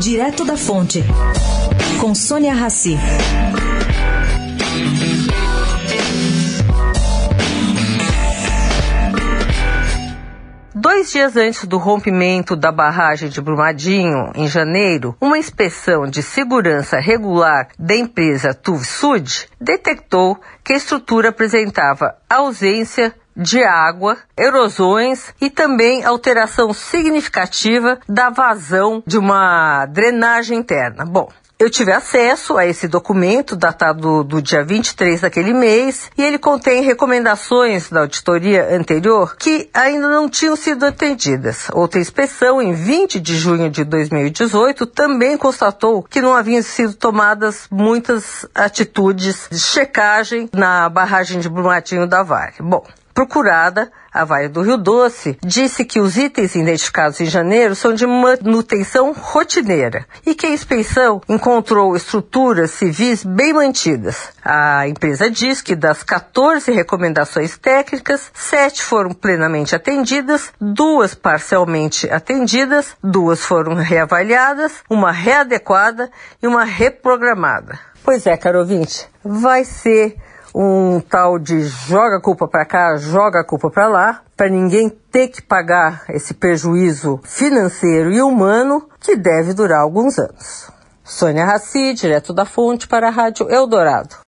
Direto da Fonte, com Sônia Rassi. Dois dias antes do rompimento da barragem de Brumadinho, em janeiro, uma inspeção de segurança regular da empresa Tuvsud detectou que a estrutura apresentava ausência de água, erosões e também alteração significativa da vazão de uma drenagem interna. Bom, eu tive acesso a esse documento datado do dia 23 daquele mês e ele contém recomendações da auditoria anterior que ainda não tinham sido atendidas. Outra inspeção, em 20 de junho de 2018, também constatou que não haviam sido tomadas muitas atitudes de checagem na barragem de Brumadinho da Vale. Bom, procurada, a Vale do Rio Doce disse que os itens identificados em janeiro são de manutenção rotineira e que a inspeção encontrou estruturas civis bem mantidas. A empresa diz que das 14 recomendações técnicas, 7 foram plenamente atendidas, 2 parcialmente atendidas, 2 foram reavaliadas, uma readequada e uma reprogramada. Pois é, caro ouvinte, vai ser um tal de joga a culpa para cá, joga a culpa para lá, para ninguém ter que pagar esse prejuízo financeiro e humano que deve durar alguns anos. Sônia Rassi, direto da Fonte para a Rádio Eldorado.